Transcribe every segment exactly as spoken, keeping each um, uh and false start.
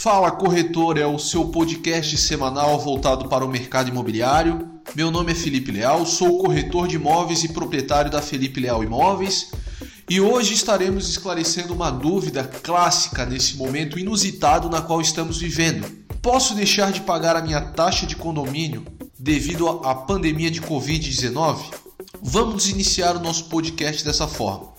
Fala Corretor é o seu podcast semanal voltado para o mercado imobiliário. Meu nome é Felipe Leal, sou corretor de imóveis e proprietário da Felipe Leal Imóveis e hoje estaremos esclarecendo uma dúvida clássica nesse momento inusitado na qual estamos vivendo. Posso deixar de pagar a minha taxa de condomínio devido à pandemia de covid dezenove? Vamos iniciar o nosso podcast dessa forma.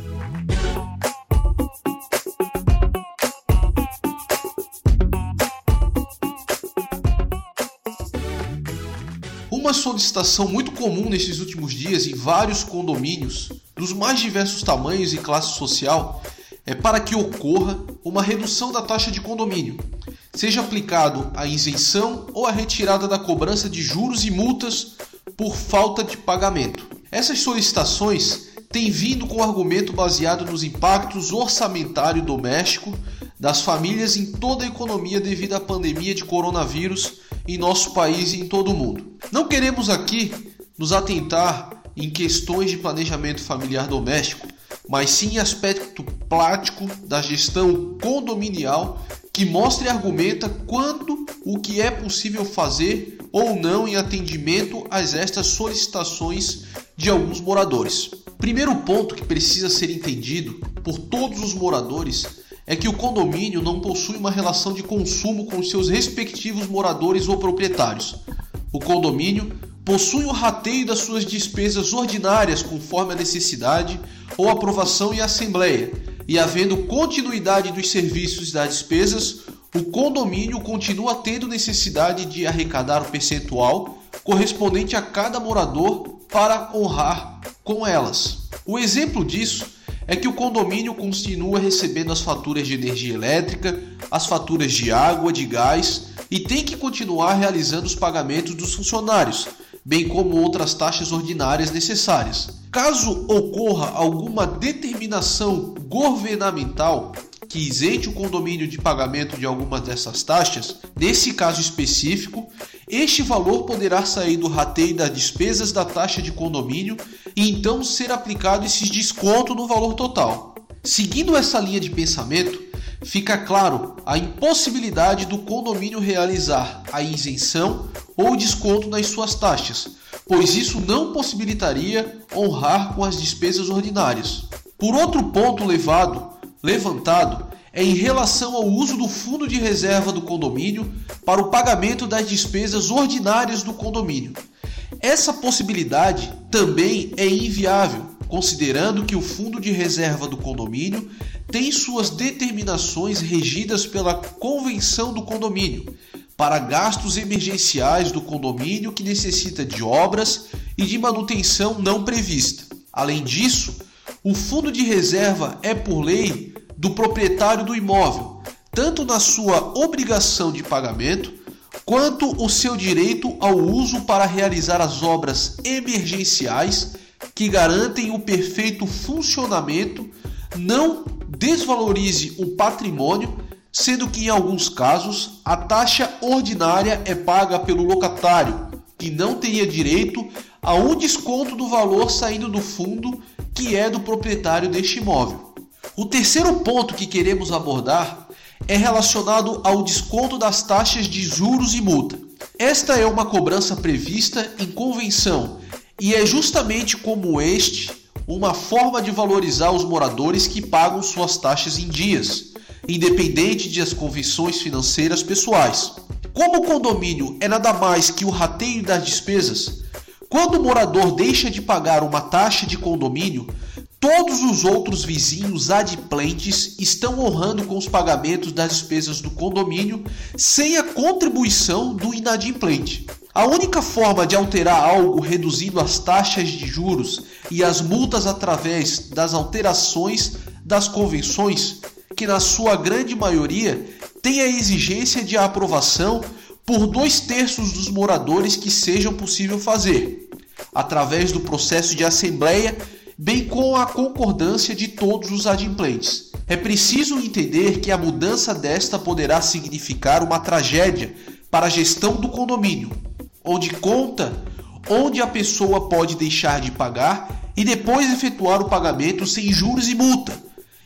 Uma solicitação muito comum nesses últimos dias em vários condomínios, dos mais diversos tamanhos e classe social, é para que ocorra uma redução da taxa de condomínio, seja aplicado a isenção ou a retirada da cobrança de juros e multas por falta de pagamento. Essas solicitações têm vindo com argumento baseado nos impactos orçamentário doméstico das famílias em toda a economia devido à pandemia de coronavírus em nosso país e em todo o mundo. Não queremos aqui nos atentar em questões de planejamento familiar doméstico, mas sim em aspecto prático da gestão condominial que mostra e argumenta quanto o que é possível fazer ou não em atendimento a estas solicitações de alguns moradores. Primeiro ponto que precisa ser entendido por todos os moradores é que o condomínio não possui uma relação de consumo com os seus respectivos moradores ou proprietários. O condomínio possui o rateio das suas despesas ordinárias conforme a necessidade ou aprovação em assembleia, e havendo continuidade dos serviços e das despesas, o condomínio continua tendo necessidade de arrecadar o percentual correspondente a cada morador para honrar com elas. O exemplo disso é que o condomínio continua recebendo as faturas de energia elétrica, as faturas de água, de gás e tem que continuar realizando os pagamentos dos funcionários, bem como outras taxas ordinárias necessárias. Caso ocorra alguma determinação governamental que isente o condomínio de pagamento de alguma dessas taxas, nesse caso específico, este valor poderá sair do rateio das despesas da taxa de condomínio e então ser aplicado esse desconto no valor total. Seguindo essa linha de pensamento, fica claro a impossibilidade do condomínio realizar a isenção ou desconto nas suas taxas, pois isso não possibilitaria honrar com as despesas ordinárias. Por outro ponto levado, levantado é em relação ao uso do fundo de reserva do condomínio para o pagamento das despesas ordinárias do condomínio. Essa possibilidade também é inviável, considerando que o fundo de reserva do condomínio tem suas determinações regidas pela convenção do condomínio para gastos emergenciais do condomínio que necessita de obras e de manutenção não prevista. Além disso, o fundo de reserva é, por lei, do proprietário do imóvel, tanto na sua obrigação de pagamento, quanto o seu direito ao uso para realizar as obras emergenciais que garantem o perfeito funcionamento, não desvalorize o patrimônio, sendo que em alguns casos a taxa ordinária é paga pelo locatário, que não teria direito a um desconto do valor saindo do fundo que é do proprietário deste imóvel. O terceiro ponto que queremos abordar é relacionado ao desconto das taxas de juros e multa. Esta é uma cobrança prevista em convenção e é justamente como este uma forma de valorizar os moradores que pagam suas taxas em dias, independente de as convenções financeiras pessoais. Como o condomínio é nada mais que o rateio das despesas, quando o morador deixa de pagar uma taxa de condomínio, todos os outros vizinhos adimplentes estão honrando com os pagamentos das despesas do condomínio sem a contribuição do inadimplente. A única forma de alterar algo reduzindo as taxas de juros e as multas através das alterações das convenções, que na sua grande maioria tem a exigência de aprovação por dois terços dos moradores que sejam possível fazer, através do processo de assembleia, bem com a concordância de todos os adimplentes. É preciso entender que a mudança desta poderá significar uma tragédia para a gestão do condomínio, onde conta onde a pessoa pode deixar de pagar e depois efetuar o pagamento sem juros e multa,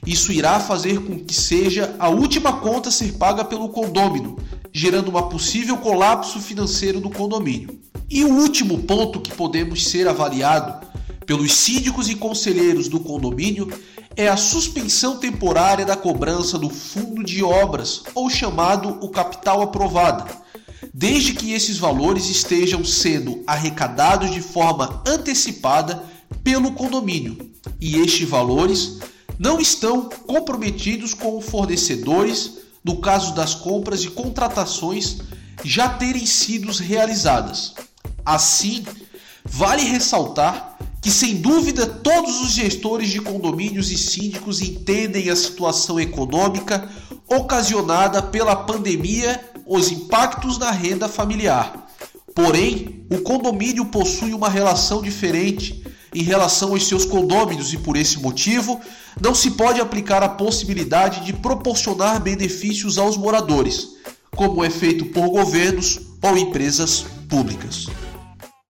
Isso irá fazer com que seja a última conta a ser paga pelo condômino, gerando uma possível colapso financeiro do condomínio. E o último ponto que podemos ser avaliado pelos síndicos e conselheiros do condomínio é a suspensão temporária da cobrança do fundo de obras, ou chamado o capital aprovado, desde que esses valores estejam sendo arrecadados de forma antecipada pelo condomínio e estes valores não estão comprometidos com fornecedores no caso das compras e contratações já terem sido realizadas. Assim, vale ressaltar que, sem dúvida, todos os gestores de condomínios e síndicos entendem a situação econômica ocasionada pela pandemia, os impactos na renda familiar. Porém, o condomínio possui uma relação diferente em relação aos seus condôminos e, por esse motivo, não se pode aplicar a possibilidade de proporcionar benefícios aos moradores, como é feito por governos ou empresas públicas.